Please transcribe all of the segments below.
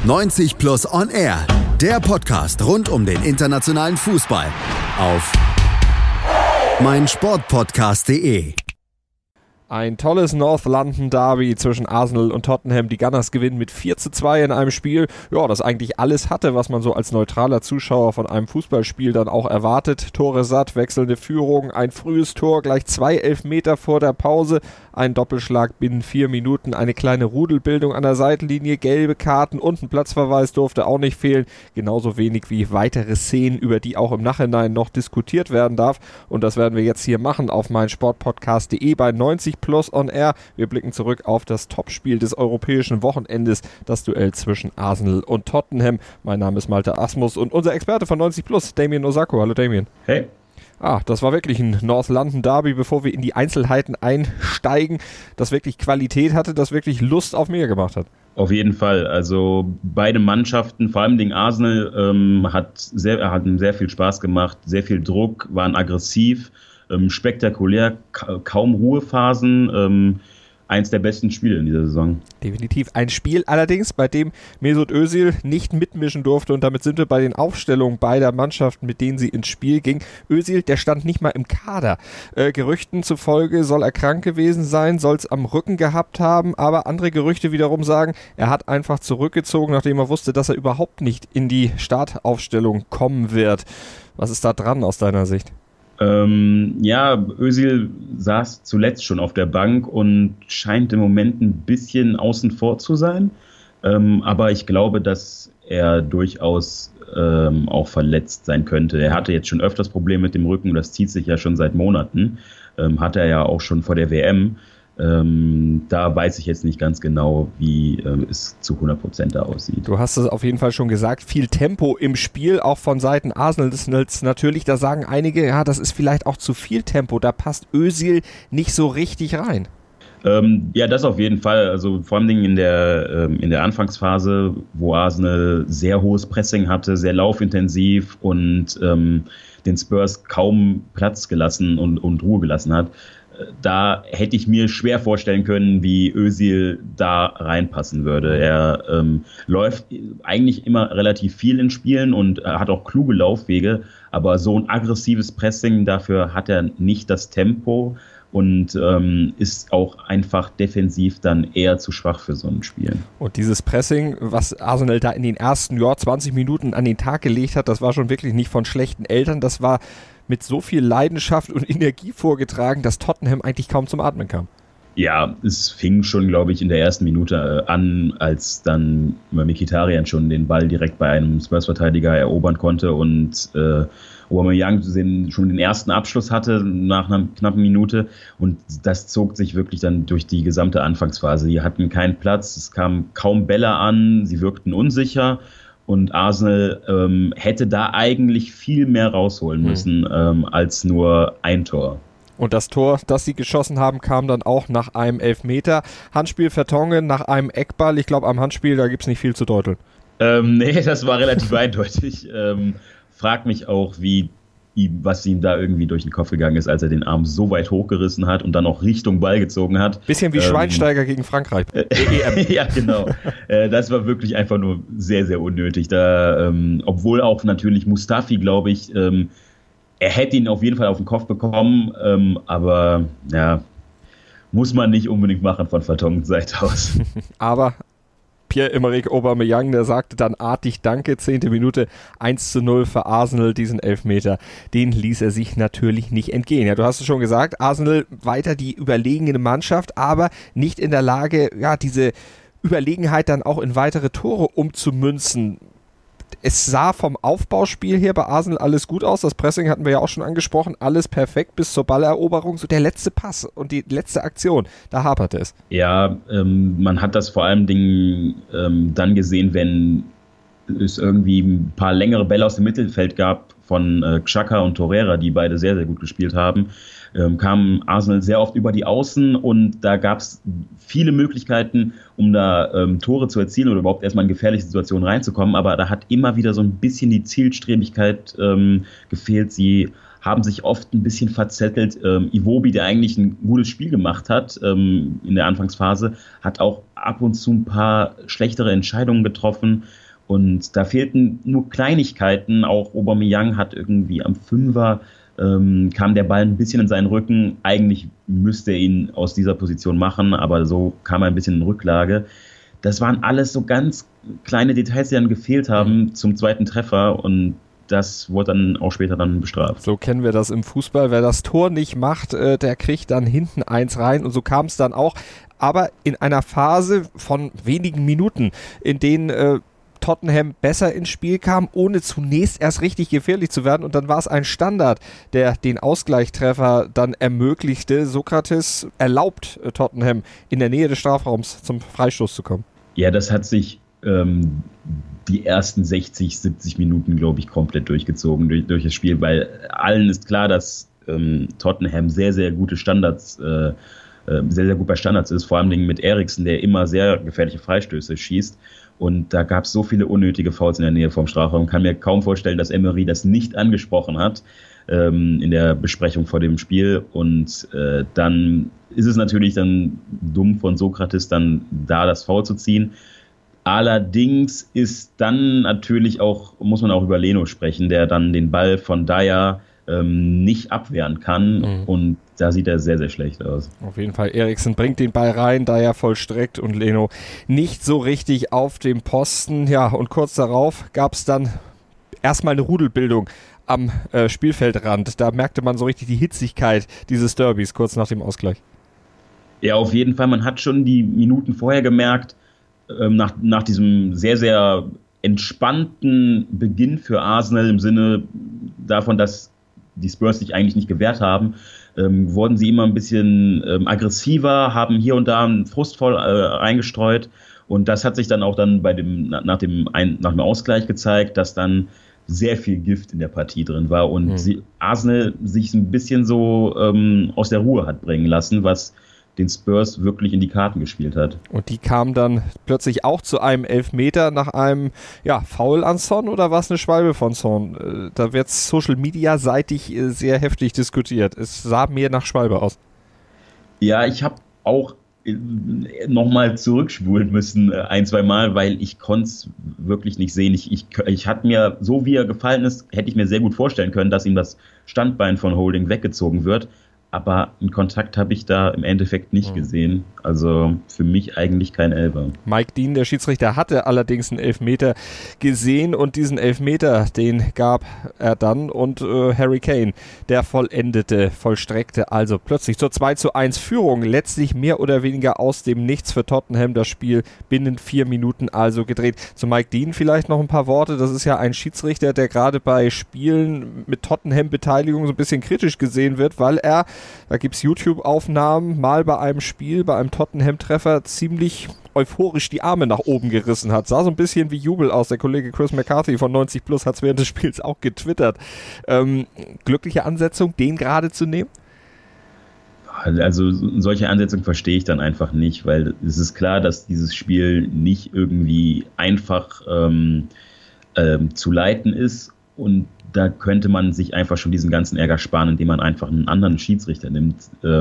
90 Plus On Air, der Podcast rund um den internationalen Fußball auf meinsportpodcast.de. Ein tolles North London Derby zwischen Arsenal und Tottenham. Die Gunners gewinnen mit 4:2 in einem Spiel, ja, das eigentlich alles hatte, was man so als neutraler Zuschauer von einem Fußballspiel dann auch erwartet. Tore satt, wechselnde Führung, ein frühes Tor, gleich 2 Elfmeter vor der Pause, ein Doppelschlag binnen 4 Minuten, eine kleine Rudelbildung an der Seitenlinie, gelbe Karten und ein Platzverweis durfte auch nicht fehlen. Genauso wenig wie weitere Szenen, über die auch im Nachhinein noch diskutiert werden darf. Und das werden wir jetzt hier machen auf meinsportpodcast.de bei 90 Plus On Air. Wir blicken zurück auf das Topspiel des europäischen Wochenendes, das Duell zwischen Arsenal und Tottenham. Mein Name ist Malte Asmus und unser Experte von 90 Plus, Damien Osako. Hallo Damien. Hey. Das war wirklich ein North London Derby, bevor wir in die Einzelheiten einsteigen, das wirklich Qualität hatte, das wirklich Lust auf mehr gemacht hat. Auf jeden Fall. Also beide Mannschaften, vor allem Arsenal, hatten sehr viel Spaß gemacht, sehr viel Druck, waren aggressiv, spektakulär, kaum Ruhephasen. Eins der besten Spiele in dieser Saison. Definitiv ein Spiel allerdings, bei dem Mesut Özil nicht mitmischen durfte, und damit sind wir bei den Aufstellungen beider Mannschaften, mit denen sie ins Spiel ging. Özil, der stand nicht mal im Kader. Gerüchten zufolge soll er krank gewesen sein, soll es am Rücken gehabt haben, aber andere Gerüchte wiederum sagen, er hat einfach zurückgezogen, nachdem er wusste, dass er überhaupt nicht in die Startaufstellung kommen wird. Was ist da dran aus deiner Sicht? Özil saß zuletzt schon auf der Bank und scheint im Moment ein bisschen außen vor zu sein. Aber ich glaube, dass er durchaus auch verletzt sein könnte. Er hatte jetzt schon öfters Probleme mit dem Rücken, das zieht sich ja schon seit Monaten. Hatte er ja auch schon vor der WM. Da weiß ich jetzt nicht ganz genau, wie es zu 100% da aussieht. Du hast es auf jeden Fall schon gesagt, viel Tempo im Spiel, auch von Seiten Arsenal. Das ist natürlich, da sagen einige, ja, das ist vielleicht auch zu viel Tempo, da passt Özil nicht so richtig rein. Das auf jeden Fall. Also vor allem in der Anfangsphase, wo Arsenal sehr hohes Pressing hatte, sehr laufintensiv und den Spurs kaum Platz gelassen und Ruhe gelassen hat. Da hätte ich mir schwer vorstellen können, wie Özil da reinpassen würde. Er läuft eigentlich immer relativ viel in Spielen und hat auch kluge Laufwege, aber so ein aggressives Pressing, dafür hat er nicht das Tempo und ist auch einfach defensiv dann eher zu schwach für so ein Spiel. Und dieses Pressing, was Arsenal da in den ersten 20 Minuten an den Tag gelegt hat, das war schon wirklich nicht von schlechten Eltern, das war mit so viel Leidenschaft und Energie vorgetragen, dass Tottenham eigentlich kaum zum Atmen kam. Ja, es fing schon, glaube ich, in der ersten Minute an, als dann Mkhitaryan schon den Ball direkt bei einem Spurs-Verteidiger erobern konnte und Aubameyang schon den ersten Abschluss hatte nach einer knappen Minute, und das zog sich wirklich dann durch die gesamte Anfangsphase. Die hatten keinen Platz, es kamen kaum Bälle an, sie wirkten unsicher. Und Arsenal hätte da eigentlich viel mehr rausholen müssen als nur ein Tor. Und das Tor, das sie geschossen haben, kam dann auch nach einem Elfmeter. Handspiel Vertonghen nach einem Eckball. Ich glaube, am Handspiel, da gibt es nicht viel zu deuteln. Nee, das war relativ eindeutig. Frag mich auch, was ihm da irgendwie durch den Kopf gegangen ist, als er den Arm so weit hochgerissen hat und dann auch Richtung Ball gezogen hat. Bisschen wie Schweinsteiger gegen Frankreich. Ja, genau. Das war wirklich einfach nur sehr, sehr unnötig. Da, obwohl auch natürlich Mustafi, glaube ich, er hätte ihn auf jeden Fall auf den Kopf bekommen, aber ja, muss man nicht unbedingt machen von Vertongens Seite aus. Aber Pierre-Emerick Aubameyang, der sagte dann artig Danke, 10. Minute, 1:0 für Arsenal, diesen Elfmeter, den ließ er sich natürlich nicht entgehen. Ja, du hast es schon gesagt, Arsenal weiter die überlegene Mannschaft, aber nicht in der Lage, diese Überlegenheit dann auch in weitere Tore umzumünzen. Es sah vom Aufbauspiel her bei Arsenal alles gut aus, das Pressing hatten wir ja auch schon angesprochen, alles perfekt bis zur Balleroberung, so der letzte Pass und die letzte Aktion, da haperte es. Ja, man hat das vor allem dann gesehen, wenn es irgendwie ein paar längere Bälle aus dem Mittelfeld gab von Xhaka und Torreira, die beide sehr, sehr gut gespielt haben, kam Arsenal sehr oft über die Außen und da gab es viele Möglichkeiten, um da Tore zu erzielen oder überhaupt erstmal in gefährliche Situationen reinzukommen, aber da hat immer wieder so ein bisschen die Zielstrebigkeit gefehlt. Sie haben sich oft ein bisschen verzettelt. Iwobi, der eigentlich ein gutes Spiel gemacht hat in der Anfangsphase, hat auch ab und zu ein paar schlechtere Entscheidungen getroffen. Und da fehlten nur Kleinigkeiten. Auch Aubameyang hat irgendwie am Fünfer kam der Ball ein bisschen in seinen Rücken. Eigentlich müsste er ihn aus dieser Position machen, aber so kam er ein bisschen in Rücklage. Das waren alles so ganz kleine Details, die dann gefehlt haben zum zweiten Treffer, und das wurde dann auch später dann bestraft. So kennen wir das im Fußball. Wer das Tor nicht macht, der kriegt dann hinten eins rein, und so kam es dann auch. Aber in einer Phase von wenigen Minuten, in denen Tottenham besser ins Spiel kam, ohne zunächst erst richtig gefährlich zu werden. Und dann war es ein Standard, der den Ausgleichstreffer dann ermöglichte. Sokratis erlaubt Tottenham, in der Nähe des Strafraums zum Freistoß zu kommen. Ja, das hat sich die ersten 60, 70 Minuten, glaube ich, komplett durchgezogen durch das Spiel, weil allen ist klar, dass Tottenham sehr, sehr gute Standards sehr, sehr gut bei Standards ist, vor allem mit Eriksen, der immer sehr gefährliche Freistöße schießt. Und da gab es so viele unnötige Fouls in der Nähe vom Strafraum. Ich kann mir kaum vorstellen, dass Emery das nicht angesprochen hat in der Besprechung vor dem Spiel. Und dann ist es natürlich dann dumm von Sokratis, dann da das Foul zu ziehen. Allerdings ist dann natürlich auch, muss man auch über Leno sprechen, der dann den Ball von Dyer nicht abwehren kann, und da sieht er sehr, sehr schlecht aus. Auf jeden Fall, Eriksen bringt den Ball rein, Dyer vollstreckt und Leno nicht so richtig auf dem Posten. Ja, und kurz darauf gab es dann erstmal eine Rudelbildung am Spielfeldrand. Da merkte man so richtig die Hitzigkeit dieses Derbys kurz nach dem Ausgleich. Ja, auf jeden Fall. Man hat schon die Minuten vorher gemerkt, nach diesem sehr, sehr entspannten Beginn für Arsenal im Sinne davon, dass die Spurs sich eigentlich nicht gewehrt haben, wurden sie immer ein bisschen aggressiver, haben hier und da einen Frustvoll eingestreut, und das hat sich dann auch dann nach dem Ausgleich gezeigt, dass dann sehr viel Gift in der Partie drin war und Arsenal sich ein bisschen so aus der Ruhe hat bringen lassen, was den Spurs wirklich in die Karten gespielt hat. Und die kam dann plötzlich auch zu einem Elfmeter nach einem Foul an Son, oder war es eine Schwalbe von Son? Da wird Social-Media-seitig sehr heftig diskutiert. Es sah mehr nach Schwalbe aus. Ja, ich habe auch nochmal zurückspulen müssen, ein, zwei Mal, weil ich konnte es wirklich nicht sehen. Ich hatte mir, so wie er gefallen ist, hätte ich mir sehr gut vorstellen können, dass ihm das Standbein von Holding weggezogen wird. Aber einen Kontakt habe ich da im Endeffekt nicht gesehen. Also für mich eigentlich kein Elfer. Mike Dean, der Schiedsrichter, hatte allerdings einen Elfmeter gesehen, und diesen Elfmeter, den gab er dann, und Harry Kane, der vollstreckte also plötzlich zur 2:1 Führung, letztlich mehr oder weniger aus dem Nichts für Tottenham, das Spiel binnen 4 Minuten also gedreht. Zu Mike Dean vielleicht noch ein paar Worte. Das ist ja ein Schiedsrichter, der gerade bei Spielen mit Tottenham-Beteiligung so ein bisschen kritisch gesehen wird, weil er, da gibt es YouTube-Aufnahmen, mal bei einem Spiel, bei einem Tottenham-Treffer ziemlich euphorisch die Arme nach oben gerissen hat. Sah so ein bisschen wie Jubel aus. Der Kollege Chris McCarthy von 90 Plus hat es während des Spiels auch getwittert. Glückliche Ansetzung, den gerade zu nehmen? Also solche Ansetzungen verstehe ich dann einfach nicht, weil es ist klar, dass dieses Spiel nicht irgendwie einfach zu leiten ist, und da könnte man sich einfach schon diesen ganzen Ärger sparen, indem man einfach einen anderen Schiedsrichter nimmt.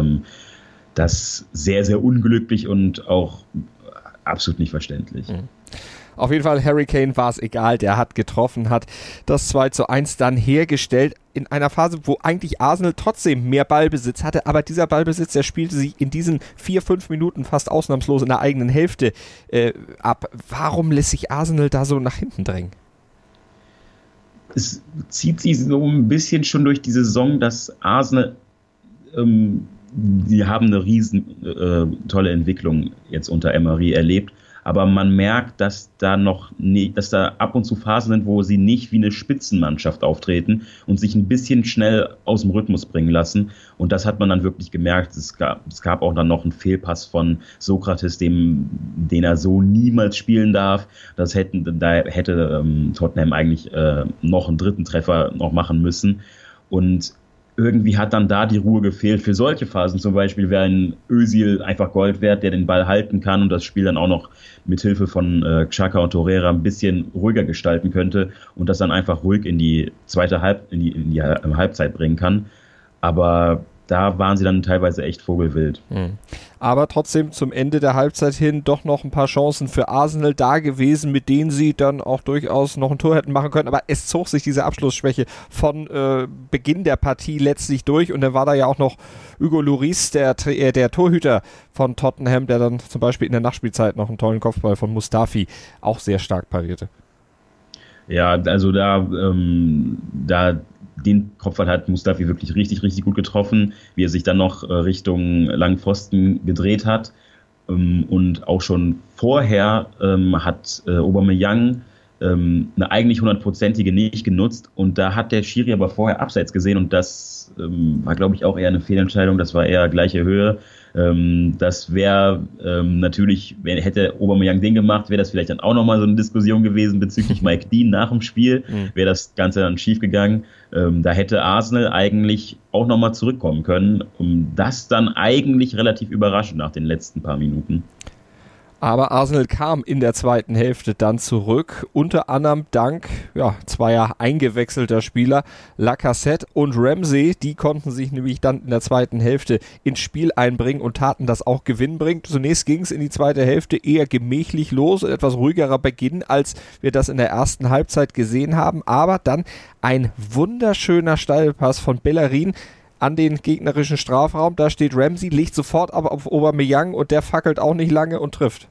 Das sehr, sehr unglücklich und auch absolut nicht verständlich. Auf jeden Fall, Harry Kane war es egal, der hat getroffen, hat das 2:1 dann hergestellt, in einer Phase, wo eigentlich Arsenal trotzdem mehr Ballbesitz hatte, aber dieser Ballbesitz, der spielte sich in diesen 4-5 Minuten fast ausnahmslos in der eigenen Hälfte ab. Warum lässt sich Arsenal da so nach hinten drängen? Es zieht sich so ein bisschen schon durch die Saison, dass Arsenal, die haben eine riesen tolle Entwicklung jetzt unter Emery erlebt, aber man merkt, dass da ab und zu Phasen sind, wo sie nicht wie eine Spitzenmannschaft auftreten und sich ein bisschen schnell aus dem Rhythmus bringen lassen, und das hat man dann wirklich gemerkt. Es gab auch dann noch einen Fehlpass von Sokratis, den er so niemals spielen darf. Da hätte Tottenham eigentlich noch einen dritten Treffer noch machen müssen, und irgendwie hat dann da die Ruhe gefehlt. Für solche Phasen zum Beispiel wäre ein Özil einfach Gold wert, der den Ball halten kann und das Spiel dann auch noch mit Hilfe von Xhaka und Torreira ein bisschen ruhiger gestalten könnte und das dann einfach ruhig in die zweite Halbzeit bringen kann. Aber da waren sie dann teilweise echt vogelwild. Aber trotzdem zum Ende der Halbzeit hin doch noch ein paar Chancen für Arsenal da gewesen, mit denen sie dann auch durchaus noch ein Tor hätten machen können. Aber es zog sich diese Abschlussschwäche von Beginn der Partie letztlich durch. Und dann war da ja auch noch Hugo Lloris, der Torhüter von Tottenham, der dann zum Beispiel in der Nachspielzeit noch einen tollen Kopfball von Mustafi auch sehr stark parierte. Ja, also da den Kopfball hat Mustafi wirklich richtig, richtig gut getroffen, wie er sich dann noch Richtung langen Pfosten gedreht hat. Und auch schon vorher hat Aubameyang eine eigentlich 100%ige nicht genutzt. Und da hat der Schiri aber vorher abseits gesehen und das war, glaube ich, auch eher eine Fehlentscheidung. Das war eher gleiche Höhe. Das wäre natürlich, hätte Aubameyang den gemacht, wäre das vielleicht dann auch nochmal so eine Diskussion gewesen bezüglich Mike Dean nach dem Spiel. Wäre das Ganze dann schief gegangen. Da hätte Arsenal eigentlich auch nochmal zurückkommen können. Das dann eigentlich relativ überraschend nach den letzten paar Minuten. Aber Arsenal kam in der zweiten Hälfte dann zurück, unter anderem dank zweier eingewechselter Spieler, Lacazette und Ramsey. Die konnten sich nämlich dann in der zweiten Hälfte ins Spiel einbringen und taten das auch gewinnbringend. Zunächst ging es in die zweite Hälfte eher gemächlich los, etwas ruhigerer Beginn, als wir das in der ersten Halbzeit gesehen haben. Aber dann ein wunderschöner Steilpass von Bellerin an den gegnerischen Strafraum. Da steht Ramsey, legt sofort aber auf Aubameyang und der fackelt auch nicht lange und trifft.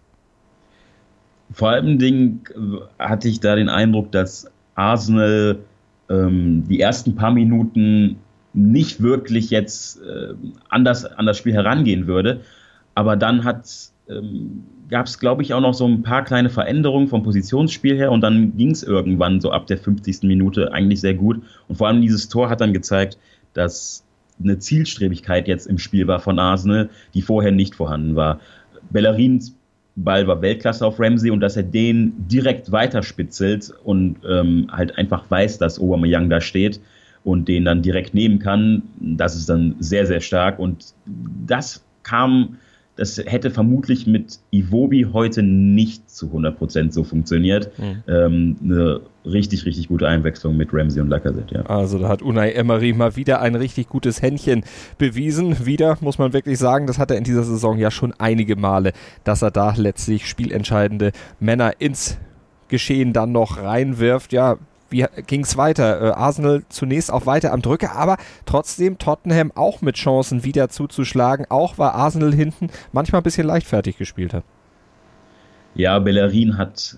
Vor allem hatte ich da den Eindruck, dass Arsenal die ersten paar Minuten nicht wirklich jetzt anders an das Spiel herangehen würde. Aber dann gab es, glaube ich, auch noch so ein paar kleine Veränderungen vom Positionsspiel her und dann ging es irgendwann so ab der 50. Minute eigentlich sehr gut. Und vor allem dieses Tor hat dann gezeigt, dass eine Zielstrebigkeit jetzt im Spiel war von Arsenal, die vorher nicht vorhanden war. Bellerins Ball war Weltklasse auf Ramsey und dass er den direkt weiterspitzelt und halt einfach weiß, dass Aubameyang da steht und den dann direkt nehmen kann, das ist dann sehr, sehr stark und das hätte vermutlich mit Iwobi heute nicht zu 100% so funktioniert. Eine richtig, richtig gute Einwechslung mit Ramsey und Lacazette, ja. Also da hat Unai Emery mal wieder ein richtig gutes Händchen bewiesen. Wieder, muss man wirklich sagen, das hat er in dieser Saison ja schon einige Male, dass er da letztlich spielentscheidende Männer ins Geschehen dann noch reinwirft. Ja, wie ging es weiter? Arsenal zunächst auch weiter am Drücker, aber trotzdem Tottenham auch mit Chancen wieder zuzuschlagen, auch weil Arsenal hinten manchmal ein bisschen leichtfertig gespielt hat. Ja, Bellerin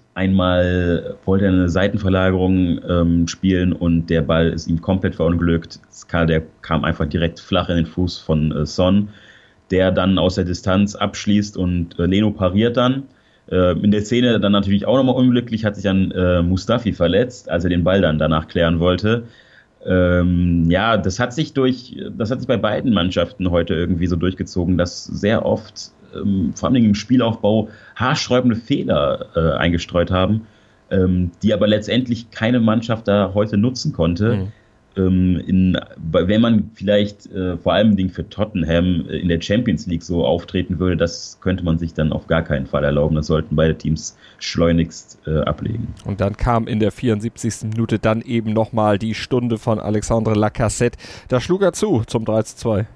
wollte eine Seitenverlagerung spielen und der Ball ist ihm komplett verunglückt. Der kam einfach direkt flach in den Fuß von Son, der dann aus der Distanz abschließt und Leno pariert dann. In der Szene dann natürlich auch nochmal unglücklich, hat sich dann Mustafi verletzt, als er den Ball dann danach klären wollte. Das hat sich bei beiden Mannschaften heute irgendwie so durchgezogen, dass sehr oft, vor allem im Spielaufbau, haarsträubende Fehler eingestreut haben, die aber letztendlich keine Mannschaft da heute nutzen konnte. Wenn man vielleicht vor allem für Tottenham in der Champions League so auftreten würde, das könnte man sich dann auf gar keinen Fall erlauben. Das sollten beide Teams schleunigst ablegen. Und dann kam in der 74. Minute dann eben nochmal die Stunde von Alexandre Lacazette. Da schlug er zum 3:2.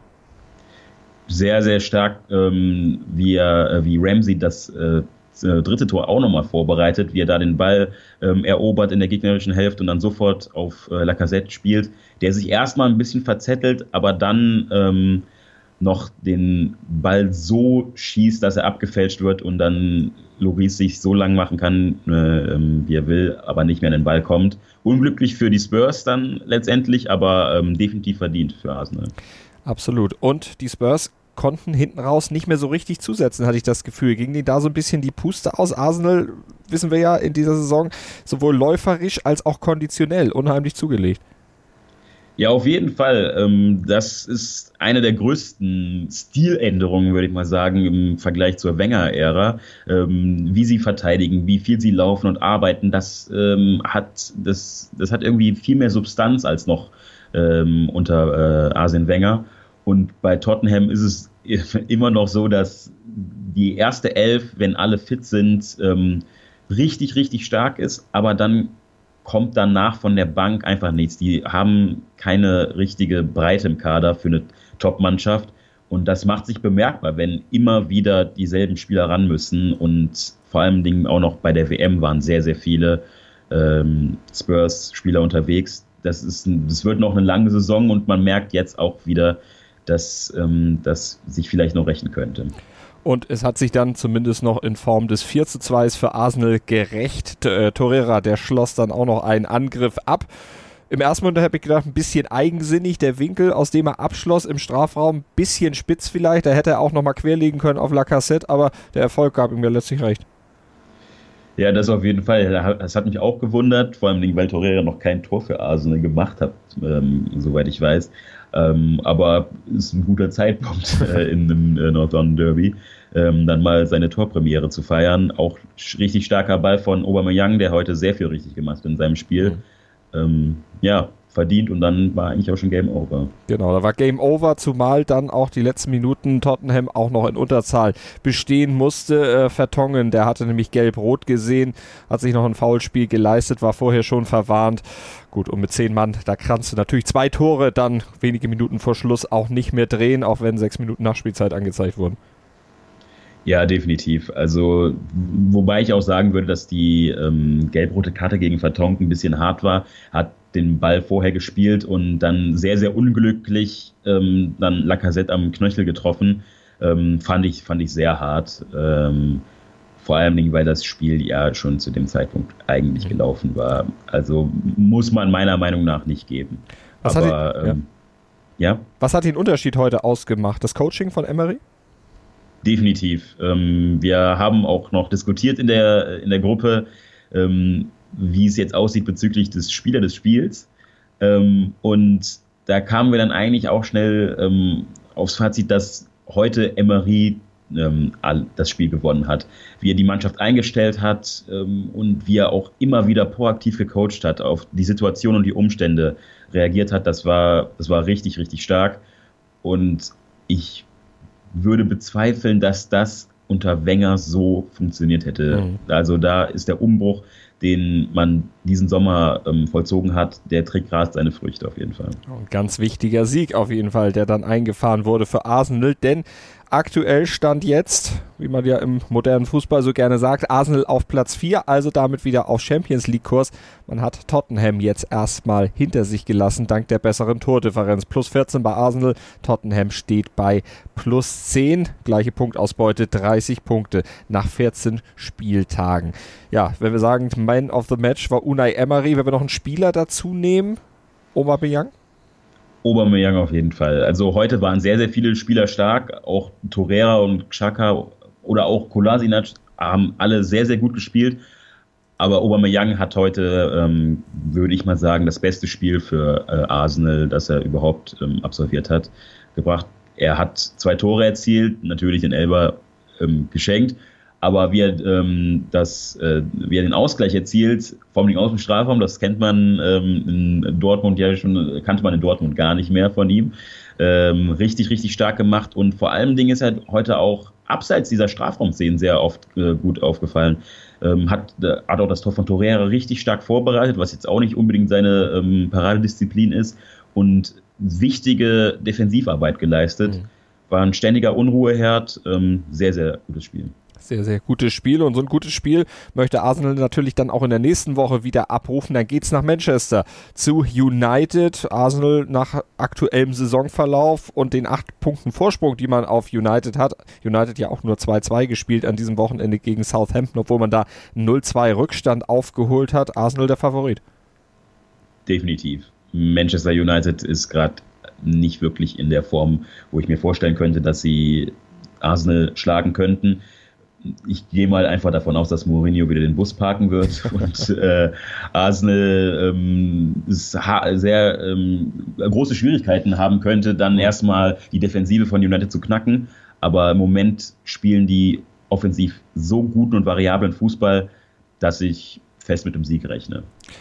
Sehr, sehr stark, wie Ramsey das dritte Tor auch nochmal vorbereitet, wie er da den Ball erobert in der gegnerischen Hälfte und dann sofort auf Lacazette spielt, der sich erstmal ein bisschen verzettelt, aber dann noch den Ball so schießt, dass er abgefälscht wird und dann Lloris sich so lang machen kann, wie er will, aber nicht mehr an den Ball kommt. Unglücklich für die Spurs dann letztendlich, aber definitiv verdient für Arsenal. Absolut. Und die Spurs konnten hinten raus nicht mehr so richtig zusetzen, hatte ich das Gefühl. Ging denen da so ein bisschen die Puste aus? Arsenal, wissen wir ja, in dieser Saison sowohl läuferisch als auch konditionell unheimlich zugelegt. Ja, auf jeden Fall. Das ist eine der größten Stiländerungen, würde ich mal sagen, im Vergleich zur Wenger-Ära. Wie sie verteidigen, wie viel sie laufen und arbeiten, das hat irgendwie viel mehr Substanz als noch unter Arsene Wenger. Und bei Tottenham ist es immer noch so, dass die erste Elf, wenn alle fit sind, richtig, richtig stark ist, aber dann kommt danach von der Bank einfach nichts. Die haben keine richtige Breite im Kader für eine Top-Mannschaft und das macht sich bemerkbar, wenn immer wieder dieselben Spieler ran müssen und vor allen Dingen auch noch bei der WM waren sehr, sehr viele Spurs-Spieler unterwegs. Das wird noch eine lange Saison und man merkt jetzt auch wieder, dass sich vielleicht noch rächen könnte. Und es hat sich dann zumindest noch in Form des 4:2 für Arsenal gerecht. Torreira, der schloss dann auch noch einen Angriff ab. Im ersten Moment habe ich gedacht, ein bisschen eigensinnig, der Winkel, aus dem er abschloss im Strafraum, ein bisschen spitz vielleicht. Da hätte er auch nochmal querlegen können auf Lacazette, aber der Erfolg gab ihm ja letztlich recht. Ja, das auf jeden Fall. Das hat mich auch gewundert, vor allem, weil Torreira noch kein Tor für Arsenal gemacht hat, soweit ich weiß. Aber ist ein guter Zeitpunkt in einem North London Derby, dann mal seine Torpremiere zu feiern. Auch richtig starker Ball von Aubameyang, der heute sehr viel richtig gemacht hat in seinem Spiel. Verdient und dann war eigentlich auch schon Game Over. Genau, da war Game Over, zumal dann auch die letzten Minuten Tottenham auch noch in Unterzahl bestehen musste. Vertongen, der hatte nämlich gelb-rot gesehen, hat sich noch ein Foulspiel geleistet, war vorher schon verwarnt. Gut, und mit 10 Mann, da kannst du natürlich 2 Tore dann wenige Minuten vor Schluss auch nicht mehr drehen, auch wenn 6 Minuten Nachspielzeit angezeigt wurden. Ja, definitiv. Also, wobei ich auch sagen würde, dass die gelb-rote Karte gegen Vertonghen ein bisschen hart war, hat den Ball vorher gespielt und dann sehr, sehr unglücklich dann Lacazette am Knöchel getroffen. Fand ich sehr hart. Vor allem, weil das Spiel ja schon zu dem Zeitpunkt eigentlich gelaufen war. Also muss man meiner Meinung nach nicht geben. Was hat den Unterschied heute ausgemacht? Das Coaching von Emery? Definitiv. Wir haben auch noch diskutiert in der Gruppe, wie es jetzt aussieht bezüglich des Spielers des Spiels. Und da kamen wir dann eigentlich auch schnell aufs Fazit, dass heute Emery das Spiel gewonnen hat. Wie er die Mannschaft eingestellt hat und wie er auch immer wieder proaktiv gecoacht hat, auf die Situation und die Umstände reagiert hat, das war richtig, richtig stark. Und ich würde bezweifeln, dass das unter Wenger so funktioniert hätte. Also da ist der Umbruch, den man diesen Sommer vollzogen hat, der trägt gerade seine Früchte auf jeden Fall. Ein ganz wichtiger Sieg auf jeden Fall, der dann eingefahren wurde für Arsenal, denn aktuell stand jetzt, wie man ja im modernen Fußball so gerne sagt, Arsenal auf Platz 4, also damit wieder auf Champions-League-Kurs. Man hat Tottenham jetzt erstmal hinter sich gelassen, dank der besseren Tordifferenz. Plus 14 bei Arsenal, Tottenham steht bei plus 10. Gleiche Punktausbeute, 30 Punkte nach 14 Spieltagen. Ja, wenn wir sagen, Man of the Match war Unai Emery, wenn wir noch einen Spieler dazu nehmen, Aubameyang? Aubameyang auf jeden Fall. Also heute waren sehr, sehr viele Spieler stark. Auch Torreira und Xhaka oder auch Kolasinac haben alle sehr, sehr gut gespielt. Aber Aubameyang hat heute, würde ich mal sagen, das beste Spiel für Arsenal, das er überhaupt absolviert hat, gebracht. Er hat 2 Tore erzielt, natürlich den Elfer geschenkt. Aber wie er den Ausgleich erzielt, vor allem aus dem Strafraum, das kennt man in Dortmund kannte man in Dortmund gar nicht mehr von ihm. Richtig, richtig stark gemacht und vor allen Dingen ist er heute auch abseits dieser Strafraumszenen sehr oft gut aufgefallen. Hat auch das Tor von Torreira richtig stark vorbereitet, was jetzt auch nicht unbedingt seine Paradedisziplin ist und wichtige Defensivarbeit geleistet. War ein ständiger Unruheherd, sehr, sehr gutes Spiel. Sehr, sehr gutes Spiel und so ein gutes Spiel möchte Arsenal natürlich dann auch in der nächsten Woche wieder abrufen. Dann geht's nach Manchester zu United. Arsenal nach aktuellem Saisonverlauf und den 8 Punkten Vorsprung, die man auf United hat. United ja auch nur 2-2 gespielt an diesem Wochenende gegen Southampton, obwohl man da 0-2 Rückstand aufgeholt hat. Arsenal der Favorit. Definitiv. Manchester United ist gerade nicht wirklich in der Form, wo ich mir vorstellen könnte, dass sie Arsenal schlagen könnten. Ich gehe mal einfach davon aus, dass Mourinho wieder den Bus parken wird und Arsenal sehr große Schwierigkeiten haben könnte, dann erstmal die Defensive von United zu knacken. Aber im Moment spielen die offensiv so guten und variablen Fußball, dass ich fest mit dem Sieg rechne.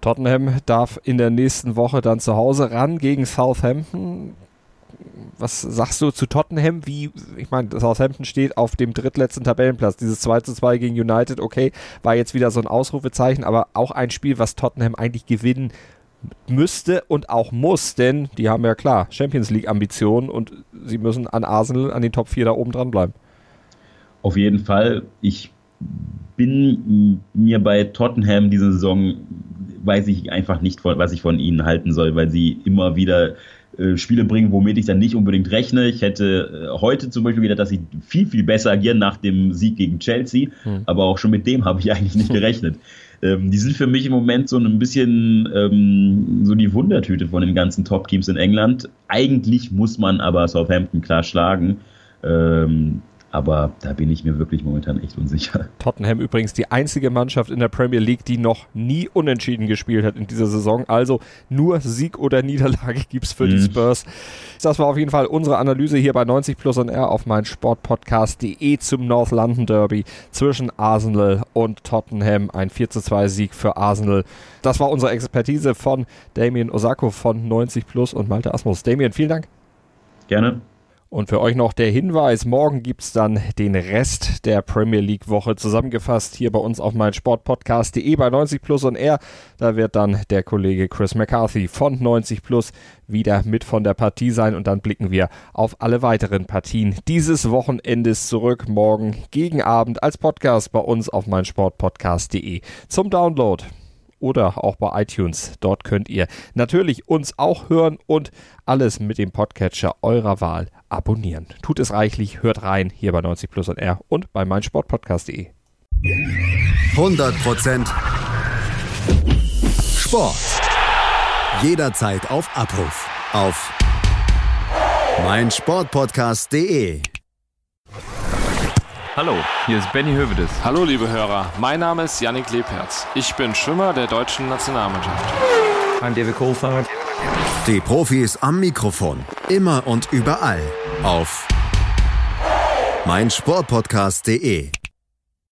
Tottenham darf in der nächsten Woche dann zu Hause ran gegen Southampton. Was sagst du zu Tottenham? Ich meine, Southampton steht auf dem drittletzten Tabellenplatz. Dieses 2:2 gegen United, okay, war jetzt wieder so ein Ausrufezeichen, aber auch ein Spiel, was Tottenham eigentlich gewinnen müsste und auch muss, denn die haben ja klar Champions League Ambitionen und sie müssen an Arsenal, an den Top 4 da oben dran bleiben. Auf jeden Fall. Ich bin mir bei Tottenham diese Saison, weiß ich einfach nicht, was ich von ihnen halten soll, weil sie immer wieder Spiele bringen, womit ich dann nicht unbedingt rechne. Ich hätte heute zum Beispiel gedacht, dass sie viel, viel besser agieren nach dem Sieg gegen Chelsea, aber auch schon mit dem habe ich eigentlich nicht gerechnet. Die sind für mich im Moment so ein bisschen so die Wundertüte von den ganzen Top-Teams in England. Eigentlich muss man aber Southampton klar schlagen. Aber da bin ich mir wirklich momentan echt unsicher. Tottenham übrigens die einzige Mannschaft in der Premier League, die noch nie unentschieden gespielt hat in dieser Saison. Also nur Sieg oder Niederlage gibt es für die Spurs. Das war auf jeden Fall unsere Analyse hier bei 90 Plus on Air auf meinsportpodcast.de zum North London Derby zwischen Arsenal und Tottenham. Ein 4:2 Sieg für Arsenal. Das war unsere Expertise von Damien Osako von 90 Plus und Malte Asmus. Damien, vielen Dank. Gerne. Und für euch noch der Hinweis, morgen gibt es dann den Rest der Premier League Woche zusammengefasst hier bei uns auf meinsportpodcast.de bei 90 Plus on Air. Da wird dann der Kollege Chris McCarthy von 90 Plus wieder mit von der Partie sein und dann blicken wir auf alle weiteren Partien dieses Wochenendes zurück. Morgen gegen Abend als Podcast bei uns auf meinsportpodcast.de zum Download. Oder auch bei iTunes. Dort könnt ihr natürlich uns auch hören und alles mit dem Podcatcher eurer Wahl abonnieren. Tut es reichlich, hört rein hier bei 90 Plus on Air und bei meinsportpodcast.de. 100% Sport. Jederzeit auf Abruf. Auf meinsportpodcast.de. Hallo, hier ist Benny Hövedes. Hallo liebe Hörer, mein Name ist Yannick Lebherz. Ich bin Schwimmer der deutschen Nationalmannschaft. I'm David Coulthard. Die Profis am Mikrofon. Immer und überall. Auf meinsportpodcast.de.